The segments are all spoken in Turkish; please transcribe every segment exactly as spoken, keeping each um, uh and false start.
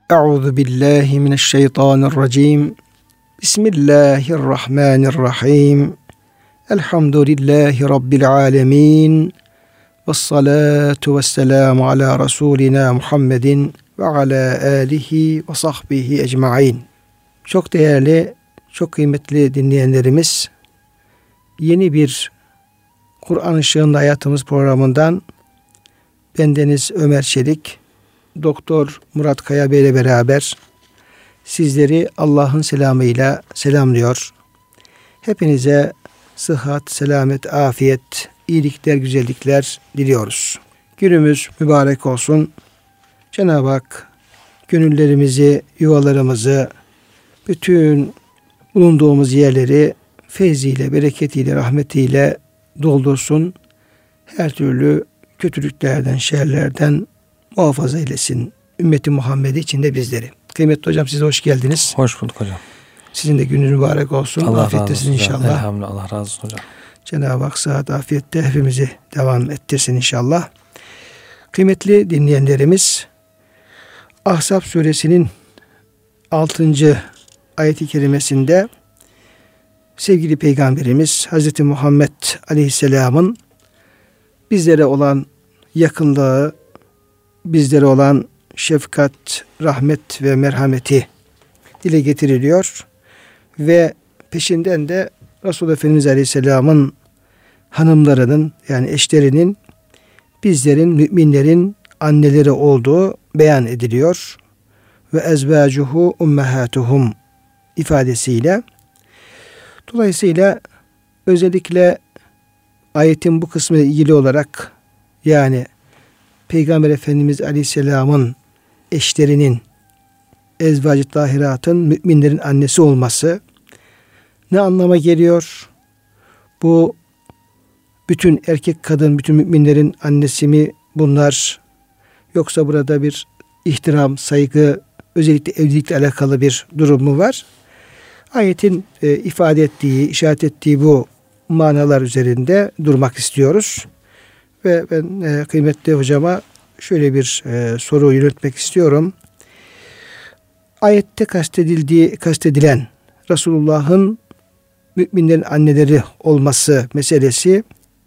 Euzu billahi mineşşeytanirracim. Bismillahirrahmanirrahim. Elhamdülillahi rabbil alamin. Ves salatu vesselamu ala rasulina Muhammedin ve ala alihi ve sahbihi ecmaîn. Çok değerli, çok kıymetli dinleyenlerimiz, yeni bir Kur'an Işığında Hayatımız programından bendeniz Ömer Çelik, Doktor Murat Kaya Bey ile beraber sizleri Allah'ın selamıyla selamlıyor. Hepinize sıhhat, selamet, afiyet, iyilikler, güzellikler diliyoruz. Günümüz mübarek olsun. Cenab-ı Hak gönüllerimizi, yuvalarımızı, bütün bulunduğumuz yerleri feyziyle, bereketiyle, rahmetiyle doldursun. Her türlü kötülüklerden, şerlerden muhafaza eylesin. Ümmeti Muhammed'i içinde bizleri. Kıymetli hocam, size hoş geldiniz. Hoş bulduk hocam. Sizin de gününüz mübarek olsun. Allah Afiyettesin inşallah. Elhamdülillah. Allah razı olsun hocam. Cenab-ı Hak sıhhat, afiyette hepimizi devam ettirsin inşallah. Kıymetli dinleyenlerimiz, Ahzab suresinin altıncı ayet-i kerimesinde sevgili Peygamberimiz Hazreti Muhammed Aleyhisselam'ın bizlere olan yakınlığı, bizlere olan şefkat, rahmet ve merhameti dile getiriliyor ve peşinden de Resul Efendimiz Aleyhisselam'ın hanımlarının, yani eşlerinin bizlerin, müminlerin anneleri olduğu beyan ediliyor. Ve ezvacuhu ummahatuhum ifadesiyle. Dolayısıyla özellikle ayetin bu kısmıyla ilgili olarak, yani Peygamber Efendimiz Aleyhisselam'ın eşlerinin, ezvacı tahiratın müminlerin annesi olması ne anlama geliyor? Bu bütün erkek kadın, bütün müminlerin annesi mi bunlar? Yoksa burada bir ihtiram, saygı, özellikle evlilikle alakalı bir durum mu var? Ayetin e, ifade ettiği, işaret ettiği bu manalar üzerinde durmak istiyoruz. Ve ben e, kıymetli hocama şöyle bir e, soru yöneltmek istiyorum. Ayette kastedildiği, kastedilen Resulullah'ın müminlerin anneleri olması meselesi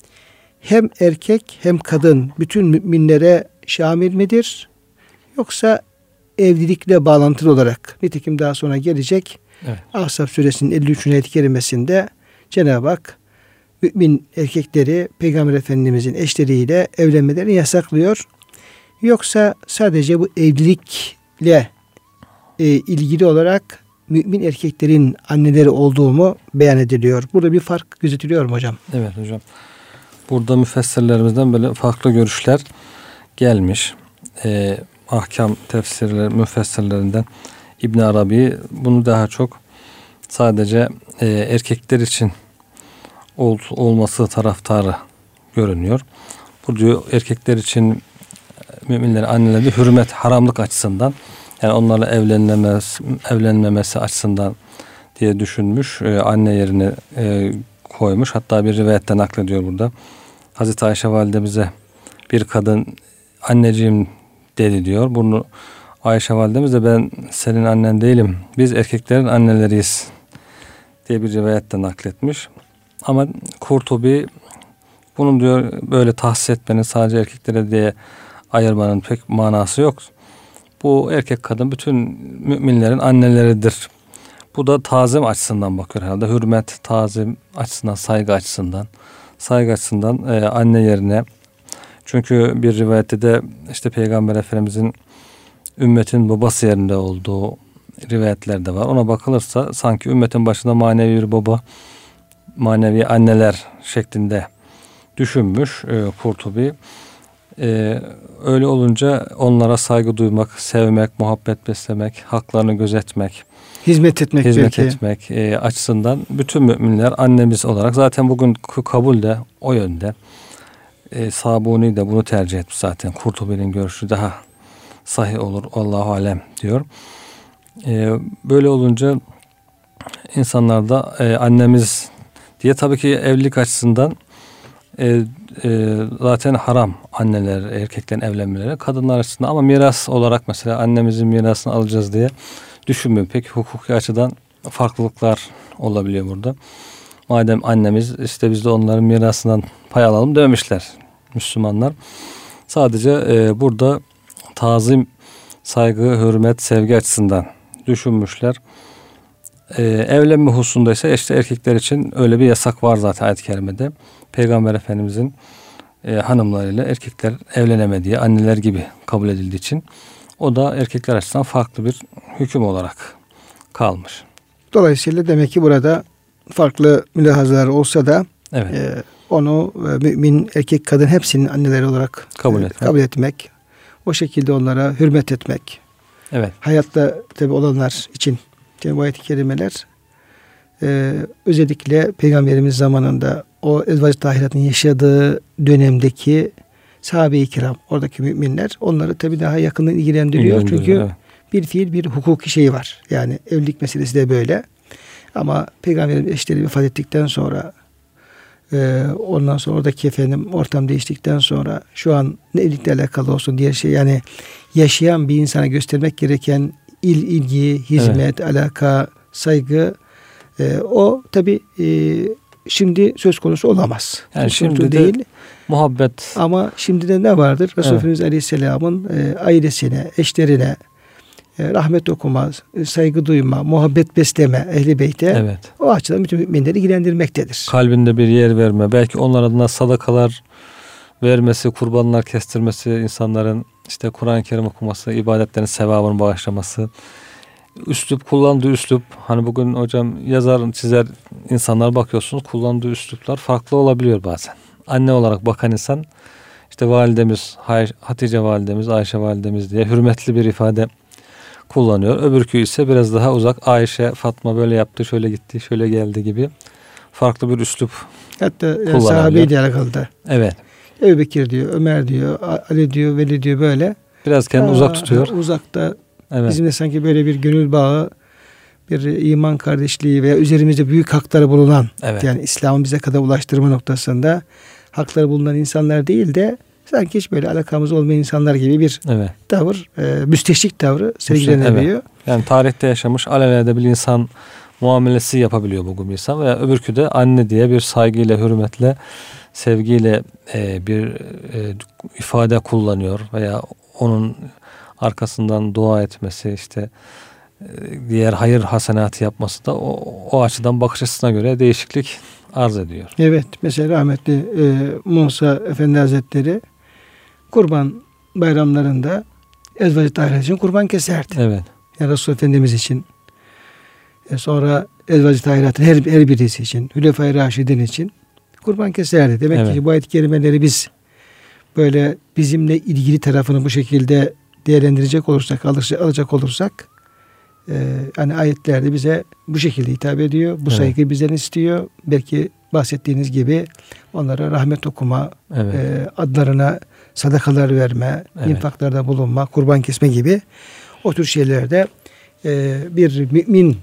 hem erkek hem kadın bütün müminlere şamil midir? Yoksa evlilikle bağlantılı olarak, nitekim daha sonra gelecek, evet. Ahzab suresinin elli üçüncü ayet-i kerimesinde Cenab-ı Hak mümin erkekleri Peygamber Efendimizin eşleriyle evlenmelerini yasaklıyor. Yoksa sadece bu evlilikle e, ilgili olarak mümin erkeklerin anneleri olduğu mu beyan ediliyor? Burada bir fark gözetiliyor mu hocam? Evet hocam. Burada müfessirlerimizden böyle farklı görüşler gelmiş. Ee, ahkam tefsirleri, müfessirlerinden İbn Arabi bunu daha çok sadece e, erkekler için ol, olması taraftarı görünüyor. Bu diyor erkekler için müminlerin anneleri hürmet, haramlık açısından, yani onlarla evlenmemesi, evlenmemesi açısından diye düşünmüş. E, anne yerine e, koymuş. Hatta bir rivayette naklediyor burada. Hazreti Ayşe validemize bir kadın anneciğim dedi diyor. Bunu Ayşe validemiz de ben senin annen değilim, biz erkeklerin anneleriyiz diye bir rivayette nakletmiş. Ama Kurtubi bunun diyor böyle tahsis etmenin, sadece erkeklere diye ayırmanın pek manası yok. Bu erkek kadın bütün müminlerin anneleridir. Bu da tazim açısından bakıyor herhalde. Hürmet, tazim açısından, saygı açısından. Saygı açısından e, anne yerine. Çünkü bir rivayette de işte Peygamber Efendimizin ümmetin babası yerinde olduğu rivayetler de var. Ona bakılırsa sanki ümmetin başında manevi bir baba, manevi anneler şeklinde düşünmüş e, Kurtubi. E, öyle olunca onlara saygı duymak, sevmek, muhabbet beslemek, haklarını gözetmek, hizmet etmek, hizmet belki. etmek e, açısından bütün müminler annemiz olarak, zaten bugün kabul de o yönde. E, Sabuni de bunu tercih etmiş zaten. Kurtubi'nin görüşü daha sahih olur. Allahu alem diyor. E, böyle olunca insanlar da e, annemiz diye, tabii ki evlilik açısından e, e, zaten haram anneler, erkeklerin evlenmeleri kadınlar açısından, ama miras olarak mesela annemizin mirasını alacağız diye düşünmüyor. Peki hukuki açıdan farklılıklar olabiliyor burada. Madem annemiz, işte biz de onların mirasından pay alalım demişler Müslümanlar. Sadece e, burada tazim, saygı, hürmet, sevgi açısından düşünmüşler. Ee, evlenme hususunda ise işte erkekler için öyle bir yasak var zaten ayet-i kerimede. Peygamber Efendimizin e, hanımlarıyla erkekler evlenemediği, anneler gibi kabul edildiği için o da erkekler açısından farklı bir hüküm olarak kalmış. Dolayısıyla demek ki burada farklı mülahazalar olsa da Evet. e, onu e, mümin erkek kadın hepsinin anneleri olarak Kabul e, etmek. kabul etmek. O şekilde onlara hürmet etmek. Evet. Hayatta tabi olanlar için bu ayet-i kerimeler e, özellikle Peygamberimiz zamanında o ezvac-ı tahiratın yaşadığı dönemdeki sahabe-i kiram, oradaki müminler onları tabi daha yakından ilgilendiriyor. Çünkü evet. bir fiil bir hukuki şey var. Yani evlilik meselesi de böyle. Ama Peygamberimiz eşleri vefat ettikten sonra e, ondan sonra oradaki efendim ortam değiştikten sonra şu an ne evlilikle alakalı olsun diğer şey, yani yaşayan bir insana göstermek gereken il, ilgi, hizmet, evet. alaka, saygı e, o tabi e, şimdi söz konusu olamaz. Yani söz şimdi değil. De muhabbet. Ama şimdi de ne vardır? Resulü Efendimiz evet. Aleyhisselam'ın e, ailesine, eşlerine e, rahmet okuma, e, saygı duyma, muhabbet besleme Ehl-i Beyt'e evet. o açıdan bütün müminleri ilgilendirmektedir. Kalbinde bir yer verme, belki onlar adına sadakalar vermesi, kurbanlar kestirmesi, insanların işte Kur'an-ı Kerim okuması, ibadetlerin sevabını bağışlaması, üslup, kullandığı üslup, hani bugün hocam yazar, çizer insanlar bakıyorsunuz, kullandığı üsluplar farklı olabiliyor bazen. Anne olarak bakan insan, işte validemiz, Hatice validemiz, Ayşe validemiz diye hürmetli bir ifade kullanıyor. Öbürkü ise biraz daha uzak, Ayşe, Fatma böyle yaptı, şöyle gitti, şöyle geldi gibi farklı bir üslup hatta yani sahabeyle alakalı da. Evet. Ebu Bekir diyor, Ömer diyor, Ali diyor, Veli diyor böyle. Biraz kendini Aa, uzak tutuyor. Uzakta. Evet. Bizimle sanki böyle bir gönül bağı, bir iman kardeşliği veya üzerimizde büyük hakları bulunan, evet. yani İslam'ın bize kadar ulaştırma noktasında hakları bulunan insanlar değil de sanki hiç böyle alakamız olmayan insanlar gibi bir evet. tavır, e, müsteşrik tavrı sergilenebiliyor. Evet. Yani tarihte yaşamış alelade bir insan muamelesi yapabiliyor bugün bir insan, veya öbürkü de anne diye bir saygıyla, hürmetle, sevgiyle e, bir e, ifade kullanıyor veya onun arkasından dua etmesi, işte e, diğer hayır hasenatı yapması da o, o açıdan bakış açısına göre değişiklik arz ediyor. Evet, mesela rahmetli e, Musa Efendi Hazretleri kurban bayramlarında ezvac-ı tahirat için kurban keserdi. Evet. Yani Resulullah Efendimiz için, e, sonra ezvac-ı tahiratın her, her birisi için, Hülefai Raşidin için kurban keserdi. Demek evet. ki bu ayet-i kerimeleri biz böyle bizimle ilgili tarafını bu şekilde değerlendirecek olursak, alacak, alacak olursak e, hani ayetlerde bize bu şekilde hitap ediyor. Bu evet. saygıyı bizden istiyor. Belki bahsettiğiniz gibi onlara rahmet okuma, evet. e, adlarına sadakalar verme, evet. infaklarda bulunma, kurban kesme gibi o tür şeylerde e, bir mümin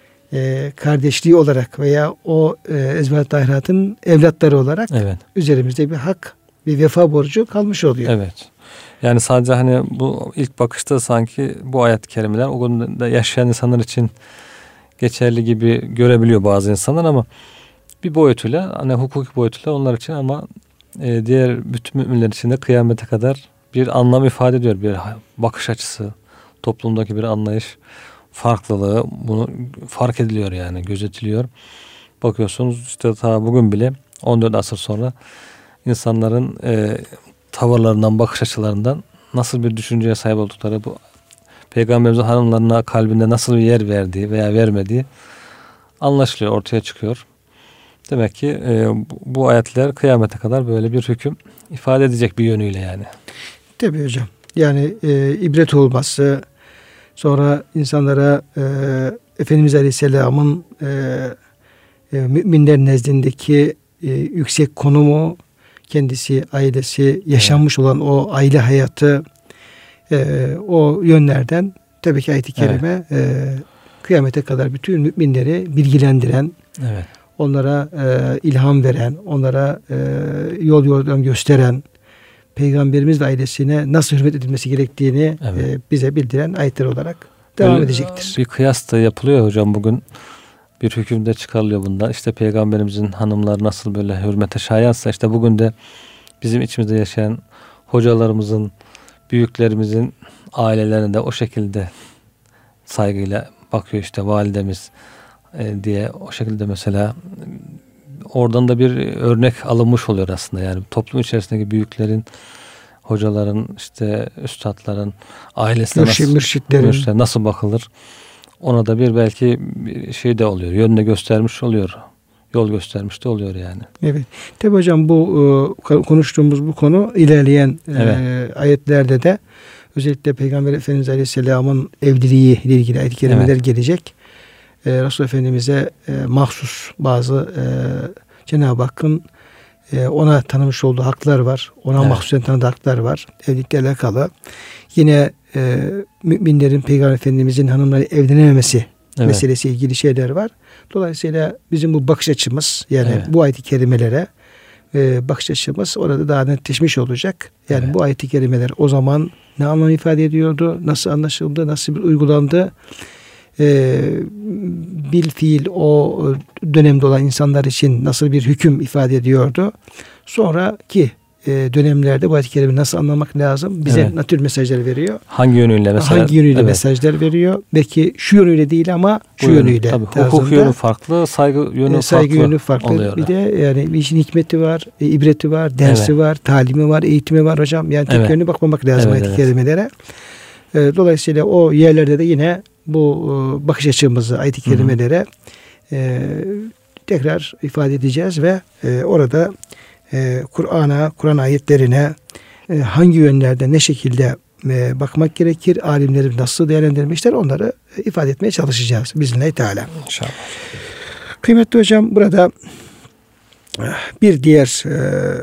e, kardeşliği olarak veya o e, ezvac-ı tahiratın evlatları olarak evet. üzerimizde bir hak, bir vefa borcu kalmış oluyor. Evet. Yani sadece hani bu ilk bakışta sanki bu ayet-i kerimeler o konuda yaşayan insanlar için geçerli gibi görebiliyor bazı insanlar, ama bir boyutuyla, hani hukuki boyutuyla onlar için, ama e, diğer bütün müminler için de kıyamete kadar bir anlam ifade ediyor. Bir bakış açısı, toplumdaki bir anlayış farklılığı, bunu fark ediliyor, yani gözetiliyor. Bakıyorsunuz işte ta bugün bile on dört asır sonra insanların e, tavırlarından, bakış açılarından nasıl bir düşünceye sahip oldukları, bu Peygamberimizin hanımlarına kalbinde nasıl bir yer verdiği veya vermediği anlaşılıyor, ortaya çıkıyor. Demek ki e, bu ayetler kıyamete kadar böyle bir hüküm ifade edecek bir yönüyle yani. Tabii hocam. Yani e, ibret olması, sonra insanlara e, Efendimiz Aleyhisselam'ın e, e, müminler nezdindeki e, yüksek konumu, kendisi, ailesi, yaşanmış evet. olan o aile hayatı, e, o yönlerden tabii ki ayet-i kerime evet. e, kıyamete kadar bütün müminleri bilgilendiren, evet. onlara e, ilham veren, onlara e, yol yordam gösteren, Peygamberimiz ve ailesine nasıl hürmet edilmesi gerektiğini evet. e, bize bildiren ayetler olarak devam Böyle edecektir. Bir kıyas da yapılıyor hocam bugün. Bir hükümde çıkarılıyor bunda. İşte Peygamberimizin hanımları nasıl böyle hürmete şayansa işte bugün de bizim içimizde yaşayan hocalarımızın, büyüklerimizin ailelerine de o şekilde saygıyla bakıyor işte validemiz e, diye o şekilde mesela oradan da bir örnek alınmış oluyor aslında. Yani toplum içerisindeki büyüklerin, hocaların, işte üstadların ailesine Mürşid, nasıl, mürşitlerin. nasıl bakılır? Ona da bir belki bir şey de oluyor. Yönünü göstermiş oluyor. Yol göstermiş de oluyor yani. Evet. Tabi hocam bu e, konuştuğumuz bu konu ilerleyen evet. e, ayetlerde de özellikle Peygamber Efendimiz Aleyhisselam'ın evliliği ile ilgili ayet-i kerimeler evet. gelecek. E, Resul Efendimiz'e e, mahsus bazı e, Cenab-ı Hakk'ın e, ona tanımış olduğu haklar var. Ona evet. mahsusen tanıdığı haklar var. Evlilikle alakalı. Yine e, müminlerin Peygamber Efendimiz'in hanımları evlenememesi evet. meselesiyle ilgili şeyler var. Dolayısıyla bizim bu bakış açımız yani evet. bu ayet-i kerimelere e, bakış açımız orada daha netleşmiş olacak. Yani evet. bu ayet-i kerimeler o zaman ne anlam ifade ediyordu? Nasıl anlaşıldı? Nasıl bir uygulandı? E, bil fiil o dönemde olan insanlar için nasıl bir hüküm ifade ediyordu? Sonraki e, dönemlerde bu ayet-i kerimeyi nasıl anlamak lazım? Bize evet. ne tür mesajlar veriyor? Hangi yönüyle mesela? Hangi yönüyle evet. mesajlar veriyor? Belki şu yönüyle değil ama şu bu yönüyle. Tabii, hukuk yönü farklı, saygı yönü e, saygı farklı. Yönü farklı. Oluyor bir de yani bir işin hikmeti var, e, ibreti var, dersi evet. var, talimi var, eğitimi var hocam. Yani tek evet. yönlü bakmamak lazım evet, ayet-i evet. kerimelere. E, dolayısıyla o yerlerde de yine bu e, bakış açımızı ayet-i kerimelere e, tekrar ifade edeceğiz ve e, orada e, Kur'an'a, Kur'an ayetlerine e, hangi yönlerde ne şekilde e, bakmak gerekir, alimlerin nasıl değerlendirmişler onları e, ifade etmeye çalışacağız. Bismillahirrahmanirrahim. Teala. İnşallah. Kıymetli hocam burada bir diğer e,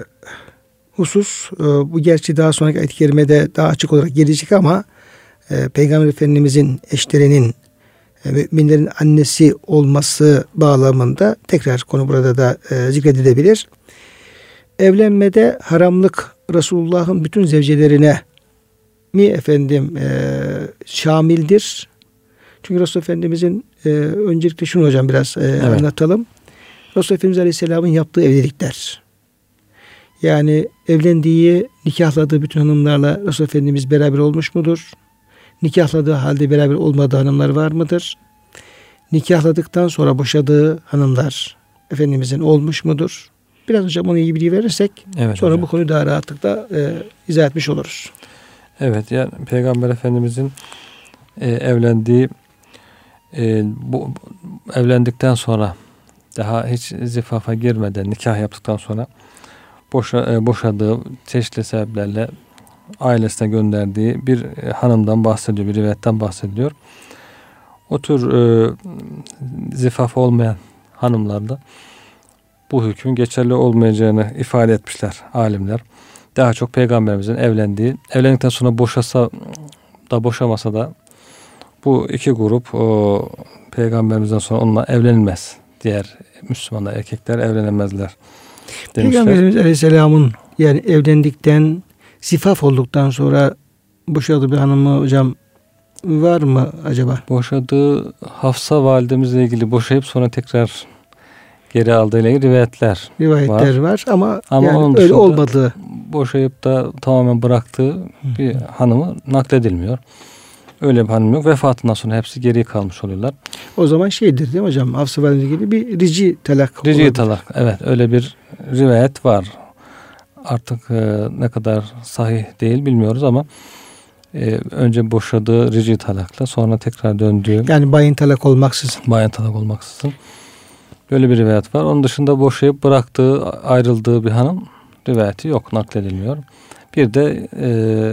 husus e, bu gerçi daha sonraki ayet-i kerimede daha açık olarak gelecek ama e, Peygamber Efendimizin eşlerinin e, müminlerin annesi olması bağlamında tekrar konu burada da e, zikredilebilir. Evlenmede haramlık Resulullah'ın bütün zevcelerine mi efendim e, şamildir? Çünkü Resulullah Efendimizin e, öncelikle şunu hocam biraz e, evet. anlatalım. Resulullah Efendimiz Aleyhisselam'ın yaptığı evlilikler. Yani evlendiği, nikahladığı bütün hanımlarla Resulullah Efendimiz beraber olmuş mudur? Nikahladığı halde beraber olmadığı hanımlar var mıdır? Nikahladıktan sonra boşadığı hanımlar Efendimizin olmuş mudur? Biraz hocam ona iyi bilgi verirsek evet, sonra hocam. Bu konuyu daha rahatlıkla e, izah etmiş oluruz. Evet yani Peygamber Efendimizin e, evlendiği e, bu evlendikten sonra daha hiç zifafa girmeden nikah yaptıktan sonra boşa, e, boşadığı çeşitli sebeplerle ailesine gönderdiği bir e, hanımdan bahsediyor, bir rivayetten bahsediyor. O tür e, zifafa olmayan hanımlarda bu hükmün geçerli olmayacağını ifade etmişler alimler. Daha çok Peygamberimizin evlendiği, evlendikten sonra boşasa da boşamasa da bu iki grup o, Peygamberimizden sonra onunla evlenilmez. Diğer Müslümanlar, erkekler evlenemezler demişler. Peygamberimiz Aleyhisselam'ın yani evlendikten, zifaf olduktan sonra boşadığı bir hanımı hocam var mı acaba? Boşadığı Hafsa validemizle ilgili boşayıp sonra tekrar geri aldığıyla ilgili rivayetler, rivayetler var. var ama, ama yani öyle olmadığı. Boşayıp da tamamen bıraktığı bir Hı. hanımı nakledilmiyor. Öyle bir hanım yok. Vefatından sonra hepsi geri kalmış oluyorlar. O zaman şeydir değil mi hocam? Hafsa validemiz gibi bir rici talak. Rici olabilir. talak. Evet öyle bir rivayet var. Artık e, ne kadar sahih değil bilmiyoruz ama e, önce boşadığı rici talakla sonra tekrar döndüğü. Yani bayin talak olmaksızın. Bayin talak olmaksızın. Böyle bir rivayet var. Onun dışında boşayıp bıraktığı, ayrıldığı bir hanım rivayeti yok, nakledilmiyor. Bir de e,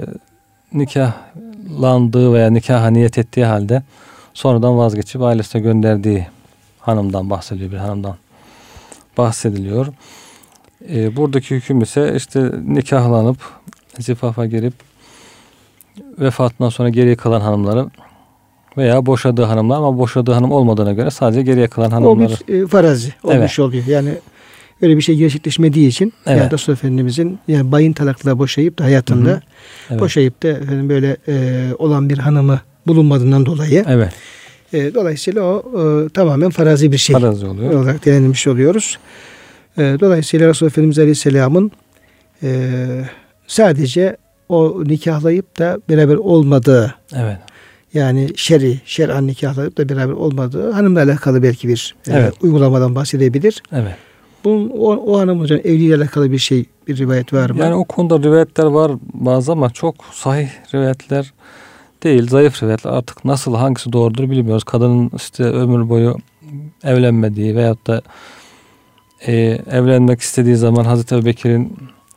nikahlandığı veya nikaha niyet ettiği halde sonradan vazgeçip ailesine gönderdiği hanımdan bahsediyor, bir hanımdan bahsediliyor. E, buradaki hüküm ise işte nikahlanıp zifafa girip vefatından sonra geriye kalan hanımları Veya boşadığı hanımlar, ama boşadığı hanım olmadığına göre sadece geriye kalan O hanımları. bir e, farazi olmuş Evet. oluyor. Yani öyle bir şey gerçekleşmediği için Evet. yani Resulullah Efendimizin yani bayın talakla boşayıp da hayatında Hı hı. Evet. boşayıp da efendim böyle e, olan bir hanımı bulunmadığından dolayı Evet. e, dolayısıyla o e, tamamen farazi bir şey Farazi oluyor. olarak değerlendirmiş oluyoruz. E, dolayısıyla Resulullah Efendimiz Aleyhisselam'ın e, sadece o nikahlayıp da beraber olmadığı, Evet. yani şer'i, şer'an nikahlayıp da beraber olmadığı hanımla alakalı belki bir e, Evet. uygulamadan bahsedebilir. Evet. Bunun, o, o hanım hocam evliliğiyle alakalı bir şey, bir rivayet var mı? Yani o konuda rivayetler var bazı, ama çok sahih rivayetler değil, zayıf rivayetler. Artık nasıl, hangisi doğrudur bilmiyoruz. Kadının işte ömür boyu evlenmediği veyahut da e, evlenmek istediği zaman Hazreti Ebubekir'in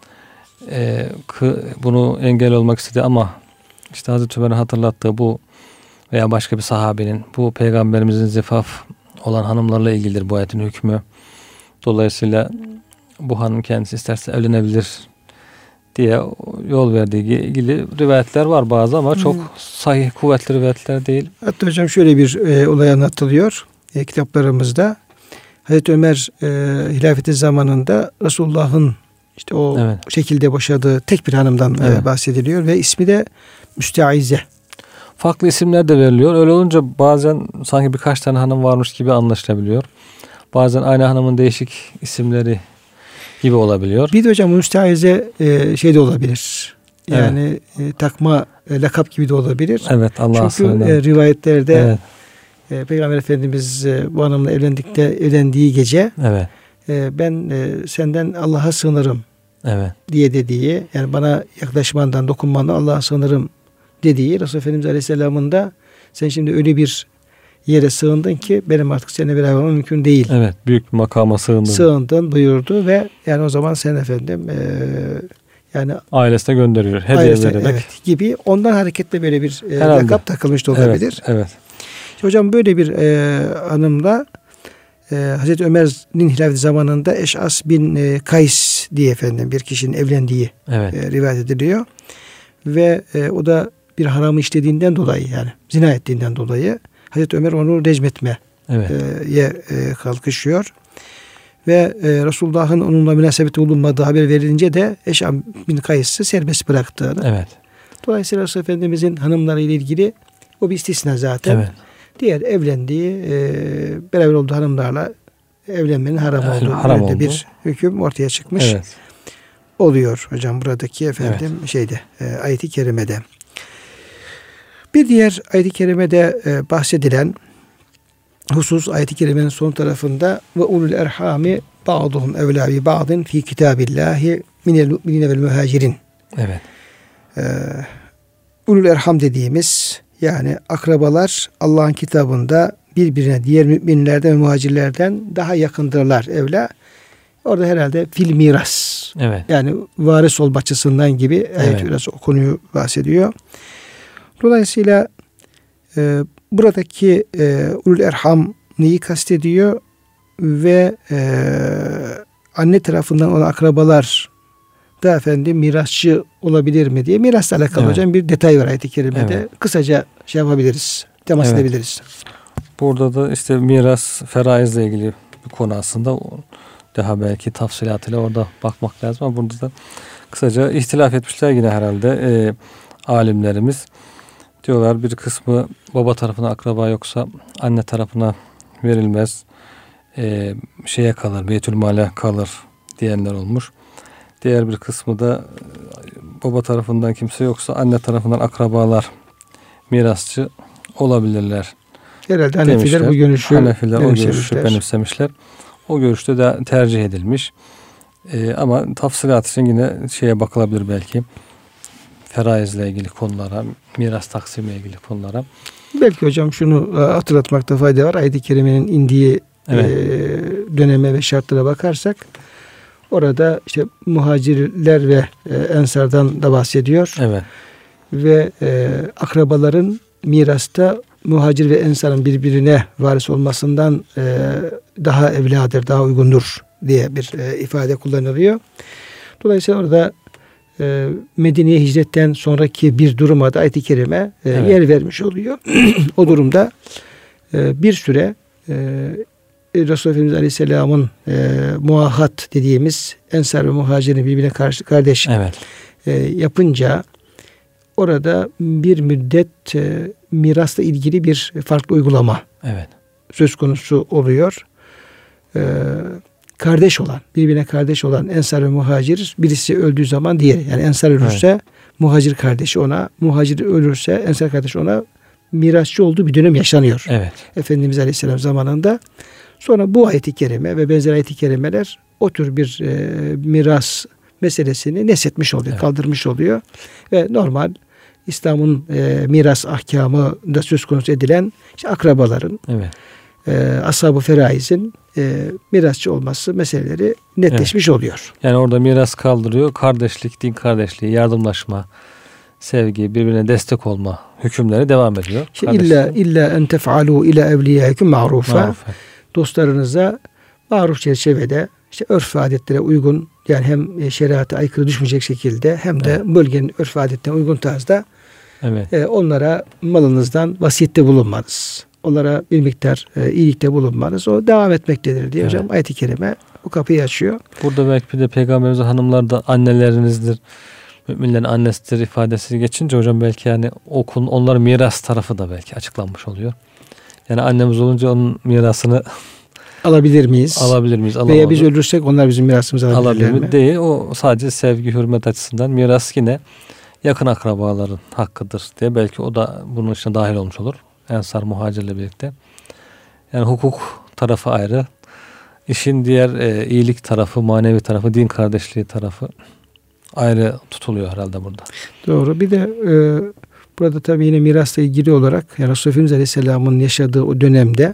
e, kı, bunu engel olmak istediği, ama işte Hazreti Ömer'in hatırlattığı bu veya başka bir sahabenin, bu peygamberimizin zifaf olan hanımlarla ilgilidir bu ayetin hükmü. Dolayısıyla bu hanım kendisi isterse evlenebilir diye yol verdiği ilgili rivayetler var bazı, ama çok sahih, kuvvetli rivayetler değil. Hatta hocam şöyle bir e, olay anlatılıyor e, kitaplarımızda. Hazreti Ömer e, hilafeti zamanında Resulullah'ın işte o Evet. şekilde boşadığı tek bir hanımdan Evet. e, bahsediliyor ve ismi de Müstaize. Farklı isimler de veriliyor. Öyle olunca bazen sanki birkaç tane hanım varmış gibi anlaşılabiliyor. Bazen aynı hanımın değişik isimleri gibi olabiliyor. Bir de hocam Müstaize e, şey de olabilir. Yani e, takma e, lakap gibi de olabilir. Evet, Allah'a Çünkü sığınırım. e, rivayetlerde Evet. e, Peygamber Efendimiz e, bu hanımla evlendikte evlendiği gece Evet. e, ben e, senden Allah'a sığınırım Evet. diye dediği, yani bana yaklaşmandan, dokunmandan Allah'a sığınırım dediği, Resulullah Efendimiz Aleyhisselam'ın da sen şimdi öyle bir yere sığındın ki benim artık seninle beraber olmam mümkün değil. Evet. Büyük bir makama sığındım. Sığındın buyurdu ve yani o zaman sen efendim e, yani Ailesine gönderiyor. Hediye ailesine, vererek. evet, gibi ondan hareketle böyle bir e, Herhalde. lakap takılmış da olabilir. Evet. Evet. İşte hocam böyle bir e, hanımla e, Hazreti Ömer'in hilafeti zamanında Eş'as bin e, Kays diye efendim bir kişinin evlendiği Evet. e, rivayet ediliyor. Ve e, o da bir haramı işlediğinden dolayı, yani zina ettiğinden dolayı Hazreti Ömer onu recmetmeye Evet. e, kalkışıyor. Ve e, Resulullah'ın onunla münasebeti bulunmadığı haber verilince de Eş'as bin Kays'ı serbest bıraktığını. Evet. Dolayısıyla Resulullah Efendimizin hanımlarıyla ilgili o bir istisna zaten. Evet. Diğer evlendiği, e, beraber olduğu hanımlarla evlenmenin haram Evet, olduğu haram yönünde oldu. bir hüküm ortaya çıkmış Evet. oluyor hocam buradaki efendim şeyde e, ayet-i kerimede. Bir diğer ayet-i kerimede e, bahsedilen husus ayet-i kerimenin son tarafında ve ulul erhami ba'duhum evlâ bi ba'din fi kitâbillâhi minel mu'minine vel muhacirin. Evet. E, ulul erham dediğimiz, yani akrabalar Allah'ın kitabında birbirine diğer müminlerden ve muhacirlerden daha yakındırlar evla. Orada herhalde fil miras. Evet. Yani varis olma açısından gibi ayet Evet. biraz o konuyu bahsediyor. Dolayısıyla e, buradaki e, ulul erham neyi kastediyor ve e, anne tarafından olan akrabalar da efendim mirasçı olabilir mi diye mirasla alakalı Evet. hocam bir detay var ayet-i kerimede. Evet. Kısaca şey yapabiliriz. Temas Evet. edebiliriz. Burada da işte miras, feraizle ilgili bir konu aslında. O daha belki tafsilatıyla orada bakmak lazım, ama burada da kısaca ihtilaf etmişler yine herhalde e, alimlerimiz. Diyorlar bir kısmı baba tarafına akraba yoksa anne tarafına verilmez. E, şeye kalır, Beytülmal'e kalır diyenler olmuş. Diğer bir kısmı da e, baba tarafından kimse yoksa anne tarafından akrabalar mirasçı olabilirler. Herhalde Hanefiler Demişler. bu görüşü Hanefiler o görüşü benimsemişler. benimsemişler. O görüşte de tercih edilmiş. Ee, ama tafsilat için yine şeye bakılabilir belki. Feraizle ilgili konulara, miras taksimle ilgili konulara. Belki hocam şunu e, hatırlatmakta fayda var. Ayet-i kerimenin indiği Evet. e, döneme ve şartlara bakarsak orada işte muhacirler ve e, ensardan da bahsediyor. Evet. Ve e, akrabaların mirasta muhacir ve ensarın birbirine varis olmasından e, daha evladır, daha uygundur diye bir e, ifade kullanılıyor. Dolayısıyla orada e, Medine'ye hicretten sonraki bir duruma da ayet-i kerime e, evet. yer vermiş oluyor. O durumda e, bir süre e, Resulullah Efendimiz Aleyhisselam'ın e, muahat dediğimiz Ensar ve Muhacir'in birbirine karşı kardeş evet. e, yapınca orada bir müddet e, mirasla ilgili bir farklı uygulama evet. söz konusu oluyor. E, kardeş olan, birbirine kardeş olan Ensar ve Muhacir, birisi öldüğü zaman diğeri, yani Ensar ölürse evet. Muhacir kardeşi ona, Muhacir ölürse Ensar kardeşi ona mirasçı olduğu bir dönem yaşanıyor. Evet. Efendimiz Aleyhisselam zamanında. Sonra bu ayet-i kerime ve benzer ayet-i kerimeler o tür bir e, miras meselesini neshetmiş oluyor, evet. kaldırmış oluyor. Ve normal İslam'ın e, miras ahkamı da söz konusu edilen işte akrabaların, evet. e, ashab-ı feraizin e, mirasçı olması meseleleri netleşmiş evet. oluyor. Yani orada miras kaldırıyor. Kardeşlik, din kardeşliği, yardımlaşma, sevgi, birbirine destek olma hükümleri devam ediyor. İşte illa illa en tef'alu ila evliyaikum ma'rufa. Dostlarınıza maruf çerçevede, işte örf ve adetlere uygun, yani hem şeriata aykırı düşmeyecek şekilde hem de evet. bölgenin örf ve adetine uygun tarzda evet. e, onlara malınızdan vasiyette bulunmanız, onlara bir miktar e, iyilikte bulunmanız o devam etmektedir diye evet. hocam ayet-i kerime bu kapıyı açıyor. Burada belki bir de Peygamberimiz hanımlar da annelerinizdir, müminlerin annesidir ifadesi geçince hocam belki yani okun onların miras tarafı da belki açıklanmış oluyor. Yani annemiz olunca onun mirasını alabilir miyiz? Alabilir miyiz? Alamaz. Veya biz ölürsek onlar bizim mirasımızı alabilirler alabilir mi? Değil. O sadece sevgi, hürmet açısından miras yine yakın akrabaların hakkıdır diye belki o da bunun içine dahil olmuş olur. Ensar Muhacir'le birlikte. Yani hukuk tarafı ayrı. İşin diğer e, iyilik tarafı, manevi tarafı, din kardeşliği tarafı ayrı tutuluyor herhalde burada. Doğru. Bir de e, burada tabii yine mirasla ilgili olarak yani Resulullah Efendimiz Aleyhisselam'ın yaşadığı o dönemde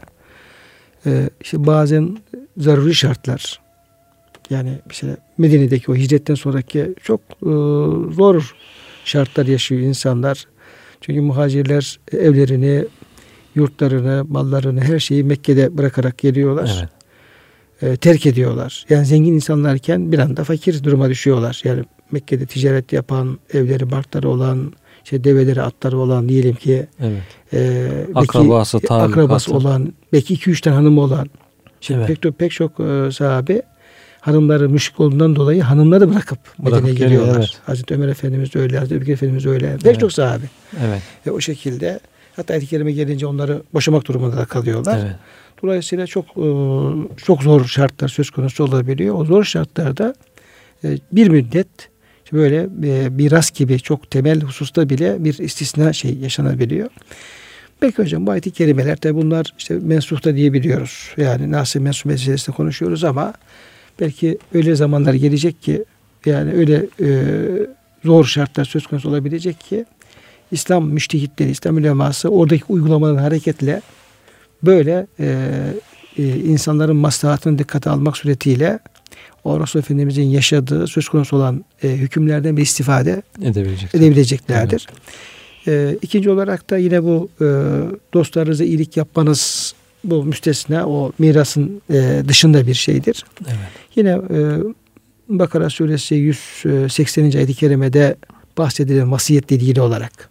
e, işte bazen zaruri şartlar, yani mesela Medine'deki o hicretten sonraki çok e, zor şartlar yaşıyor insanlar. Çünkü muhacirler evlerini, yurtlarını, mallarını, her şeyi Mekke'de bırakarak geliyorlar. Evet. E, terk ediyorlar. Yani zengin insanlarken bir anda fakir duruma düşüyorlar. Yani Mekke'de ticaret yapan, evleri, barkları olan, işte develeri, atları olan diyelim ki evet. e, akrabası, belki, akrabası olan, belki iki üç tane hanımı olan. Şimdi evet. pek, pek çok e, sahabe hanımları müşrik olduğundan dolayı hanımları bırakıp Medine'ye geliyorlar. Evet. Hazreti Ömer Efendimiz de öyle, Hazreti Ebubekir Efendimiz de öyle. Pek evet. çok sahabe. Evet. Ve o şekilde hatta ayet-i kerime gelince onları boşamak durumunda da kalıyorlar. Evet. Dolayısıyla çok çok zor şartlar söz konusu olabiliyor. O zor şartlarda bir müddet böyle miras gibi çok temel hususta bile bir istisna şey yaşanabiliyor. Belki hocam bu ayet-i kerimeler de bunlar işte mensuhta diyebiliyoruz. Yani nasıl mensuh meselesinde konuşuyoruz ama belki öyle zamanlar gelecek ki yani öyle e, zor şartlar söz konusu olabilecek ki İslam müştehitleri, İslam uleması oradaki uygulamaların hareketle böyle e, e, insanların maslahatını dikkate almak suretiyle o Resulullah Efendimizin yaşadığı söz konusu olan e, hükümlerden bir istifade Edebilecekler. edebileceklerdir. Evet. E, ikinci olarak da yine bu e, dostlarınıza iyilik yapmanız bu müstesna o mirasın e, dışında bir şeydir. Evet. Yine e, Bakara suresi yüz sekseninci ayet-i kerimede bahsedilen vasiyetle ilgili olarak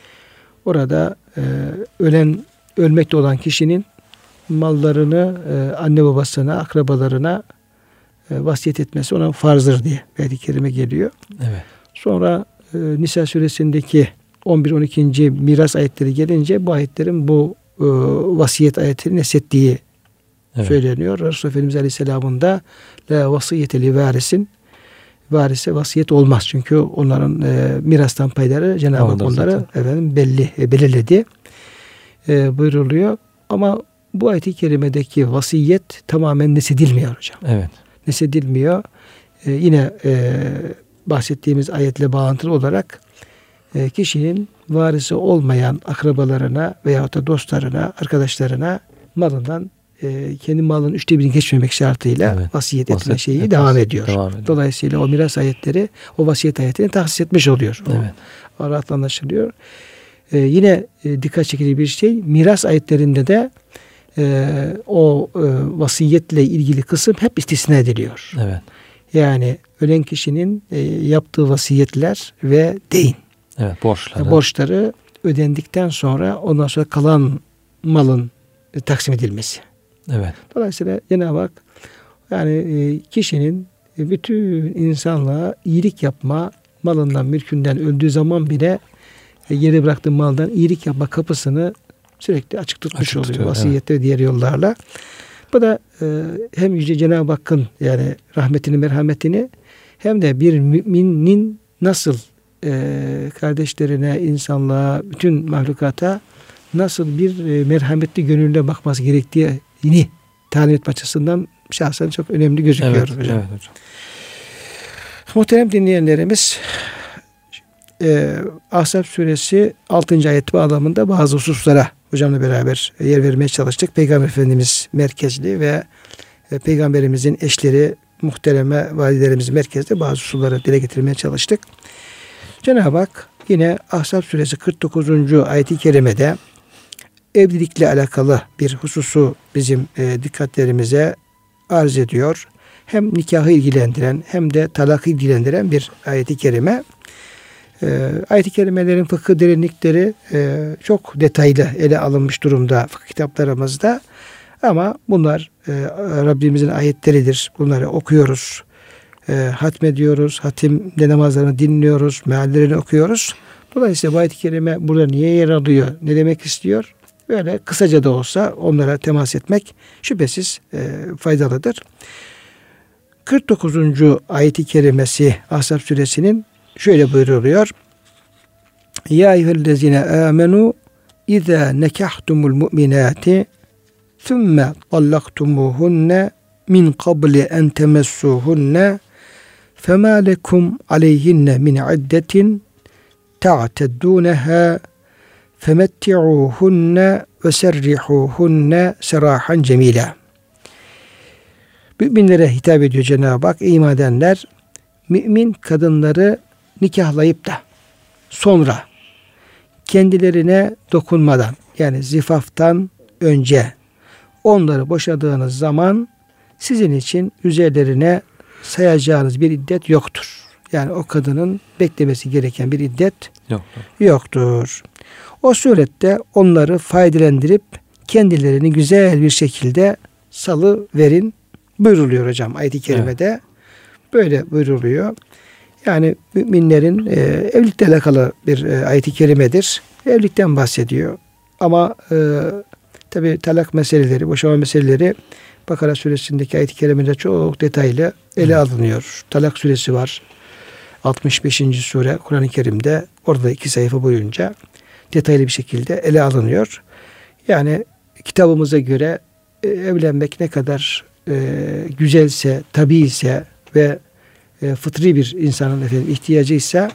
orada e, ölen ölmekte olan kişinin mallarını e, anne babasına, akrabalarına e, vasiyet etmesi ona farzdır diye ayet-i kerime geliyor. Evet. Sonra e, Nisa suresindeki on bir on ikinci miras ayetleri gelince bu ayetlerin bu e, vasiyet ayetini neshettiği evet. söyleniyor. Resulullah Efendimiz Aleyhisselam'ın da la vasiyete li varisin, varise vasiyet olmaz. Çünkü onların e, mirastan payları Cenab-ı Hak onları efendim belli e, belirledi. E, buyuruluyor. Ama bu ayet-i kerimedeki vasiyet tamamen nesedilmiyor hocam. Evet. Nesedilmiyor. E, yine e, bahsettiğimiz ayetle bağlantılı olarak e, kişinin varisi olmayan akrabalarına veyahut da dostlarına, arkadaşlarına malından e, kendi malının üçte birini geçmemek şartıyla evet. vasiyet etme vasiyet, şeyi evet, devam, ediyor. devam ediyor. Dolayısıyla o miras ayetleri o vasiyet ayetini tahsis etmiş oluyor. Evet. O rahat anlaşılıyor. E, yine e, dikkat çekici bir şey, miras ayetlerinde de e, o e, vasiyetle ilgili kısım hep istisna ediliyor. Evet. Yani ölen kişinin e, yaptığı vasiyetler ve deyin. Evet, borçları. Borçları ödendikten sonra ondan sonra kalan malın e, taksim edilmesi. Evet. Dolayısıyla Cenab-ı Hak yani e, kişinin e, bütün insanlığa iyilik yapma, malından, mülkünden öldüğü zaman bile e, geri bıraktığı maldan iyilik yapma kapısını sürekli açık tutmuş Açık oluyor. tutuyor, Vasiyette ve diğer yollarla. Bu da e, hem Yüce Cenab-ı Hakk'ın yani rahmetini, merhametini hem de bir müminin nasıl e, kardeşlerine, insanlığa, bütün mahlukata nasıl bir e, merhametli gönülle bakması gerektiğini talim etme açısından şahsen çok önemli gözüküyor Evet, hocam. evet hocam. Muhterem dinleyenlerimiz, e, Ahzab suresi altıncı ayet bağlamında bazı hususlara hocamla beraber yer vermeye çalıştık. Peygamber Efendimiz merkezli ve e, Peygamberimizin eşleri, muhtereme validelerimiz merkezde bazı hususları dile getirmeye çalıştık. Cenab-ı Hak yine Ahzab suresi kırk dokuzuncu ayet-i kerimede evlilikle alakalı bir hususu bizim e, dikkatlerimize arz ediyor. Hem nikahı ilgilendiren hem de talakı ilgilendiren bir ayet-i kerime. E, ayet-i kerimelerin fıkıh derinlikleri e, çok detaylı ele alınmış durumda fıkıh kitaplarımızda. Ama bunlar e, Rabbimizin ayetleridir. Bunları okuyoruz, e, hatmediyoruz, hatimde namazlarını dinliyoruz, meallerini okuyoruz. Dolayısıyla bu ayet-i kerime burada niye yer alıyor, ne demek istiyor? Böyle kısaca da olsa onlara temas etmek şüphesiz e, faydalıdır. kırk dokuzuncu ayet-i kerimesi Ahzab suresinin şöyle buyuruluyor. Ya eyyühellezine amenu izâ nekahtumul mu'minâti thumme tallaktumuhunne min qabli en temessuhunne femâ lekum aleyhinne min iddetin ta'teddûneha femetti'ûhunne ve serrihuhunne serahan cemîlâ. Müminlere hitap ediyor Cenab-ı Hak. İman edenler mümin kadınları nikahlayıp da sonra kendilerine dokunmadan yani zifaftan önce onları boşadığınız zaman sizin için üzerlerine sayacağınız bir iddet yoktur. Yani o kadının beklemesi gereken bir iddet yoktur. yoktur. O surette onları faydalandırıp kendilerini güzel bir şekilde salı verin buyruluyor hocam ayet-i kerimede. Evet. Böyle buyruluyor. Yani müminlerin e, evlilikle alakalı bir e, ayet-i kerimedir. Evlilikten bahsediyor. Ama e, tabi talak meseleleri, boşanma meseleleri Bakara suresindeki ayet-i kerimede çok detaylı ele evet. alınıyor. Talak suresi var. altmış beşinci sure Kur'an-ı Kerim'de orada iki sayfa boyunca detaylı bir şekilde ele alınıyor. Yani kitabımıza göre e, evlenmek ne kadar e, güzelse, tabii ise ve e, fıtri bir insanın efendim ihtiyacıysa